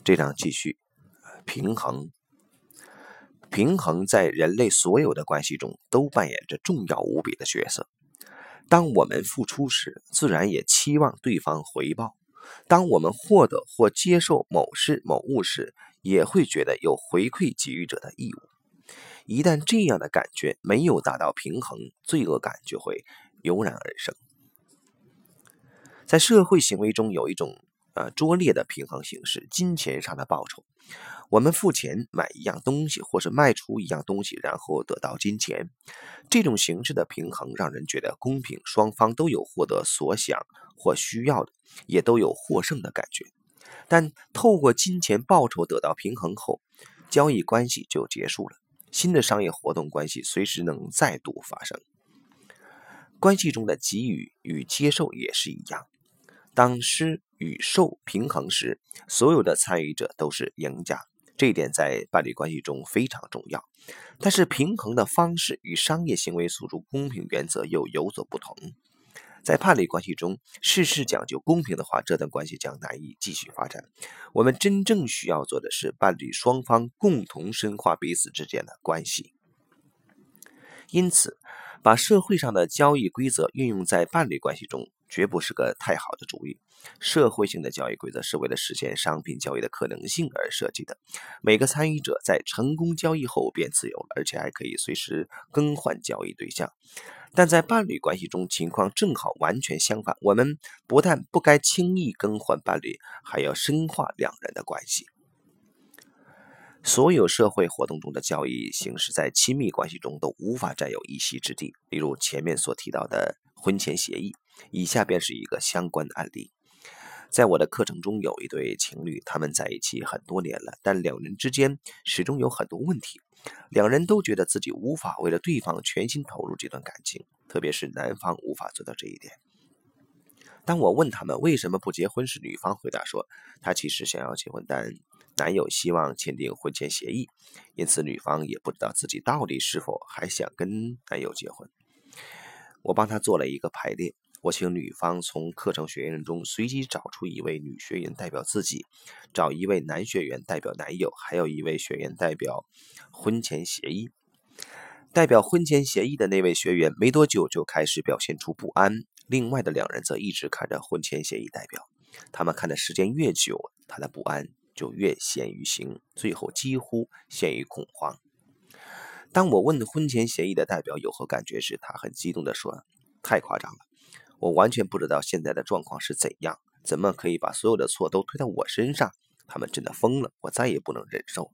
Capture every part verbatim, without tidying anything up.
这章继续平衡。平衡在人类所有的关系中都扮演着重要无比的角色。当我们付出时，自然也期望对方回报；当我们获得或接受某事某物时，也会觉得有回馈给予者的义务。一旦这样的感觉没有达到平衡，罪恶感就会油然而生。在社会行为中有一种呃拙劣的平衡形式，金钱上的报酬。我们付钱买一样东西，或是卖出一样东西，然后得到金钱。这种形式的平衡让人觉得公平，双方都有获得所想或需要的，也都有获胜的感觉。但透过金钱报酬得到平衡后，交易关系就结束了，新的商业活动关系随时能再度发生。关系中的给予与接受也是一样，当施与受平衡时，所有的参与者都是赢家，这一点在伴侣关系中非常重要。但是平衡的方式与商业行为诉诸公平原则又有所不同。在伴侣关系中，事事讲究公平的话，这段关系将难以继续发展。我们真正需要做的是伴侣双方共同深化彼此之间的关系。因此，把社会上的交易规则运用在伴侣关系中，绝不是个太好的主意。社会性的交易规则是为了实现商品交易的可能性而设计的，每个参与者在成功交易后便自由了，而且还可以随时更换交易对象。但在伴侣关系中，情况正好完全相反，我们不但不该轻易更换伴侣，还要深化两人的关系。所有社会活动中的交易形式在亲密关系中都无法占有一席之地，例如前面所提到的婚前协议，以下便是一个相关的案例。在我的课程中有一对情侣，他们在一起很多年了，但两人之间始终有很多问题，两人都觉得自己无法为了对方全心投入这段感情，特别是男方无法做到这一点。当我问他们为什么不结婚时，女方回答说，她其实想要结婚，但男友希望签订婚前协议，因此女方也不知道自己到底是否还想跟男友结婚。我帮她做了一个排列，我请女方从课程学员中随机找出一位女学员代表自己，找一位男学员代表男友，还有一位学员代表婚前协议。代表婚前协议的那位学员没多久就开始表现出不安，另外的两人则一直看着婚前协议代表，他们看的时间越久，他的不安就越显于形，最后几乎陷于恐慌。当我问婚前协议的代表有何感觉时，他很激动地说，太夸张了，我完全不知道现在的状况是怎样，怎么可以把所有的错都推到我身上，他们真的疯了，我再也不能忍受了。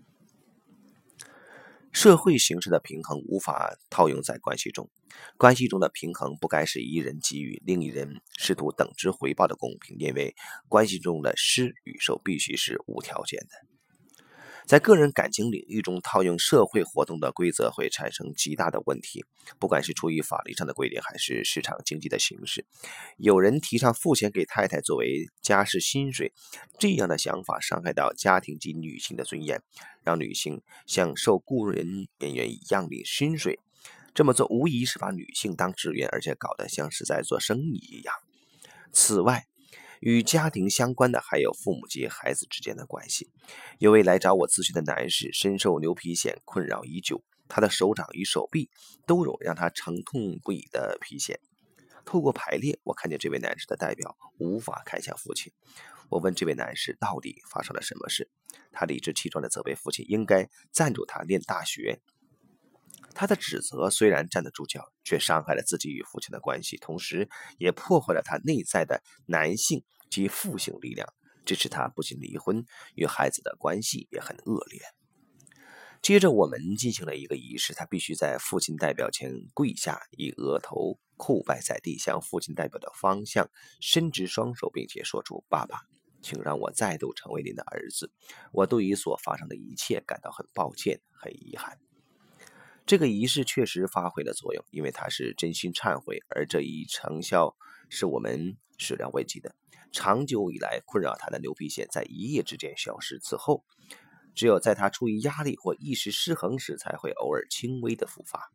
社会形式的平衡无法套用在关系中，关系中的平衡不该是一人给予，另一人试图等值回报的公平，因为关系中的施与受必须是无条件的。在个人感情领域中套用社会活动的规则会产生极大的问题，不管是出于法律上的规定还是市场经济的形式。有人提倡付钱给太太作为家事薪水，这样的想法伤害到家庭及女性的尊严，让女性像受雇人人员一样领薪水。这么做无疑是把女性当职员，而且搞得像是在做生意一样。此外，与家庭相关的还有父母及孩子之间的关系。有位来找我咨询的男士深受牛皮癣困扰已久，他的手掌与手臂都有让他疼痛不已的皮癣。透过排列，我看见这位男士的代表无法看向父亲。我问这位男士到底发生了什么事，他理直气壮地责备父亲应该赞助他念大学。他的指责虽然站得住脚，却伤害了自己与父亲的关系，同时也破坏了他内在的男性及父性力量，这使他不仅离婚，与孩子的关系也很恶劣。接着我们进行了一个仪式，他必须在父亲代表前跪下，以额头叩拜在地，向父亲代表的方向伸直双手，并且说出，爸爸，请让我再度成为您的儿子，我对于所发生的一切感到很抱歉，很遗憾。这个仪式确实发挥了作用，因为他是真心忏悔，而这一成效是我们始料未及的。长久以来困扰他的牛皮癣在一夜之间消失，此后只有在他处于压力或意识失衡时才会偶尔轻微的复发。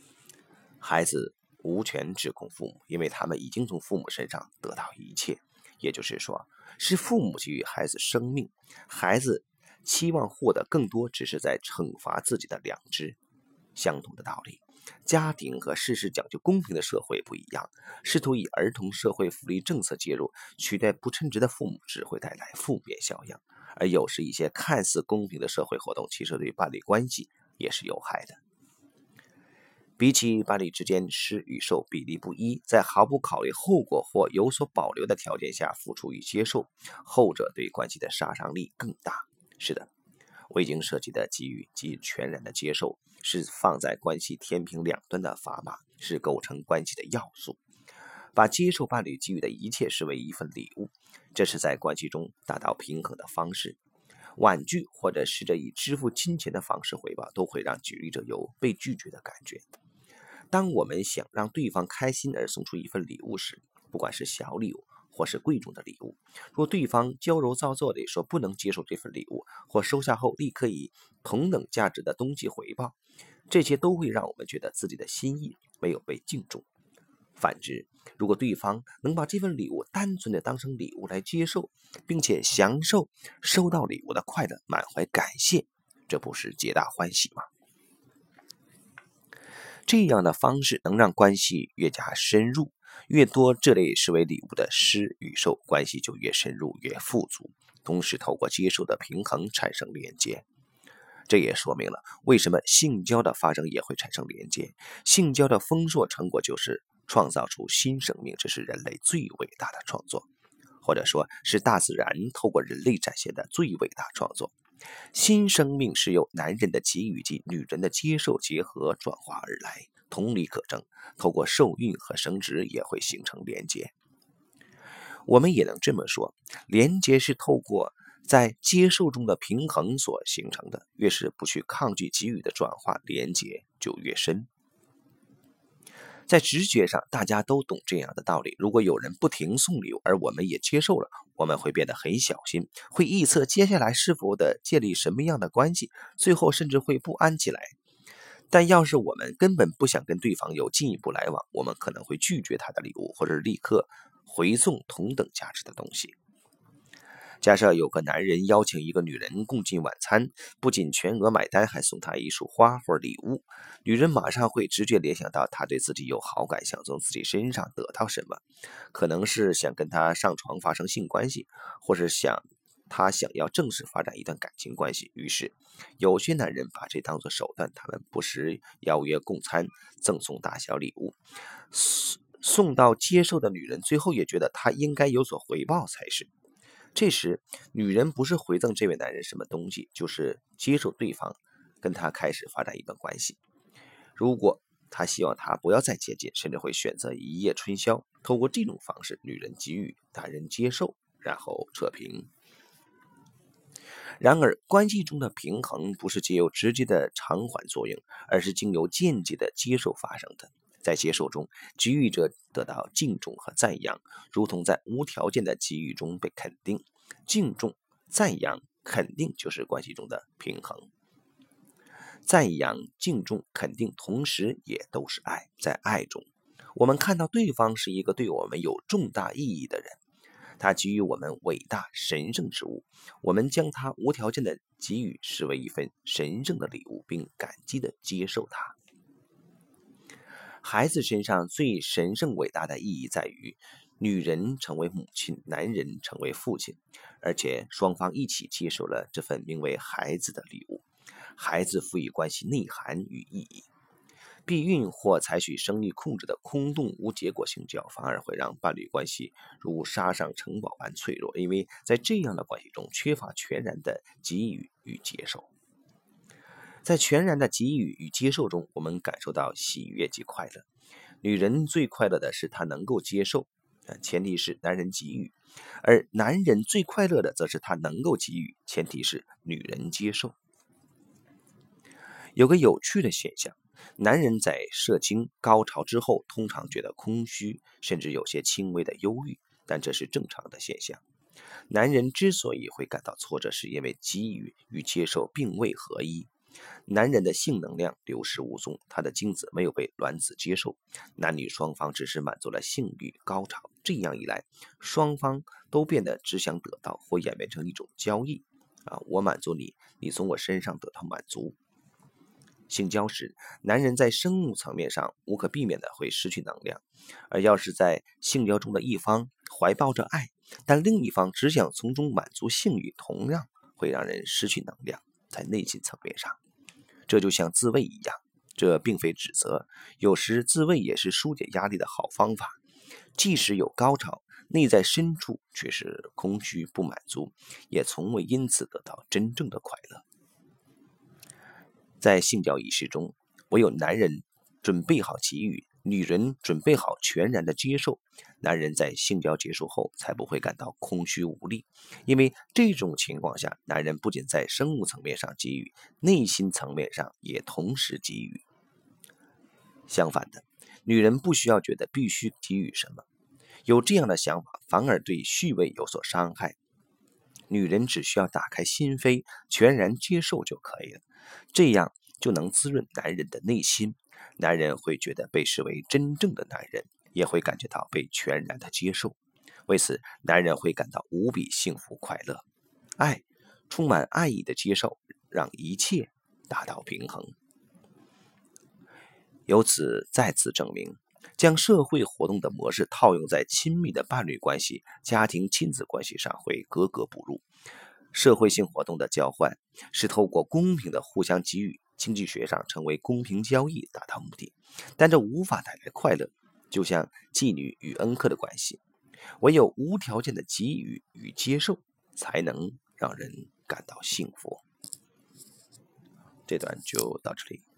孩子无权指控父母，因为他们已经从父母身上得到一切， 也就是说，是父母给予孩子生命，孩子期望获得更多，只是在惩罚自己的良知。相同的道理，家庭和事事讲究公平的社会不一样，试图以儿童社会福利政策介入取代不称职的父母，只会带来负面效应。而有时一些看似公平的社会活动，其实对伴侣关系也是有害的。比起伴侣之间施与受比例不一，在毫不考虑后果或有所保留的条件下付出与接受，后者对关系的杀伤力更大。是的，未经涉及的给予及全然的接受，是放在关系天平两端的砝码，是构成关系的要素。把接受伴侣给予的一切视为一份礼物，这是在关系中达到平衡的方式。婉拒或者试着以支付金钱的方式回报，都会让给予者有被拒绝的感觉。当我们想让对方开心而送出一份礼物时，不管是小礼物或是贵重的礼物，若对方矫揉造作地说不能接受这份礼物，或收下后立刻以同等价值的东西回报，这些都会让我们觉得自己的心意没有被敬重。反之，如果对方能把这份礼物单纯的当成礼物来接受，并且享受收到礼物的快乐，满怀感谢，这不是皆大欢喜吗？这样的方式能让关系越加深入，越多这类视为礼物的施与受，关系就越深入越富足，同时透过接受的平衡产生连接。这也说明了为什么性交的发生也会产生连接。性交的丰硕成果就是创造出新生命，这是人类最伟大的创作，或者说是大自然透过人类展现的最伟大创作。新生命是由男人的给予及女人的接受结合转化而来，同理可证，透过受孕和生殖也会形成连结。我们也能这么说，连结是透过在接受中的平衡所形成的，越是不去抗拒给予的转化，连结就越深。在直觉上大家都懂这样的道理，如果有人不停送礼物，而我们也接受了，我们会变得很小心，会臆测接下来是否的建立什么样的关系，最后甚至会不安起来。但要是我们根本不想跟对方有进一步来往，我们可能会拒绝他的礼物，或者立刻回送同等价值的东西。假设有个男人邀请一个女人共进晚餐，不仅全额买单，还送她一束花或礼物，女人马上会直接联想到他对自己有好感，想从自己身上得到什么，可能是想跟他上床发生性关系，或是想他想要正式发展一段感情关系。于是有些男人把这当作手段，他们不时邀约共餐，赠送大小礼物，送到接受的女人最后也觉得他应该有所回报才是。这时女人不是回赠这位男人什么东西，就是接受对方跟他开始发展一段关系。如果他希望他不要再接近，甚至会选择一夜春宵。透过这种方式，女人给予，男人接受，然后扯平。然而关系中的平衡不是藉由直接的偿还作用，而是经由间接的接受发生的。在接受中，给予者得到敬重和赞扬，如同在无条件的给予中被肯定。敬重、赞扬、肯定就是关系中的平衡。赞扬、敬重、肯定同时也都是爱。在爱中，我们看到对方是一个对我们有重大意义的人，他给予我们伟大神圣之物，我们将他无条件的给予视为一份神圣的礼物，并感激的接受它。孩子身上最神圣伟大的意义在于，女人成为母亲，男人成为父亲，而且双方一起接受了这份名为孩子的礼物。孩子赋予关系内涵与意义。避孕或采取生育控制的空洞无结果性交，反而会让伴侣关系如沙上城堡般脆弱，因为在这样的关系中缺乏全然的给予与接受。在全然的给予与接受中，我们感受到喜悦及快乐。女人最快乐的是她能够接受，前提是男人给予；而男人最快乐的则是他能够给予，前提是女人接受。有个有趣的现象，男人在射精高潮之后通常觉得空虚，甚至有些轻微的忧郁，但这是正常的现象。男人之所以会感到挫折，是因为给予与接受并未合一。 男人的性能量流失无踪，他的精子没有被卵子接受，男女双方只是满足了性欲高潮，这样一来，双方都变得只想得到，或演变成一种交易啊，我满足你，你从我身上得到满足。性交时，男人在生物层面上无可避免的会失去能量，而要是在性交中的一方怀抱着爱，但另一方只想从中满足性欲，同样会让人失去能量。在内心层面上，这就像自慰一样，这并非指责，有时自慰也是疏解压力的好方法。即使有高潮，内在深处却是空虚不满足，也从未因此得到真正的快乐。在性交仪式中，唯有男人准备好给予，女人准备好全然的接受，男人在性交结束后才不会感到空虚无力，因为这种情况下，男人不仅在生物层面上给予，内心层面上也同时给予。相反的，女人不需要觉得必须给予什么，有这样的想法反而对序位有所伤害。女人只需要打开心扉，全然接受就可以了，这样就能滋润男人的内心，男人会觉得被视为真正的男人，也会感觉到被全然的接受，为此男人会感到无比幸福快乐。爱，充满爱意的接受，让一切达到平衡。由此再次证明，将社会活动的模式套用在亲密的伴侣关系、家庭亲子关系上会格格不入。社会性活动的交换是透过公平的互相给予，经济学上称为公平交易达到目的，但这无法带来快乐，就像妓女与恩客的关系，唯有无条件的给予与接受，才能让人感到幸福。这段就到这里。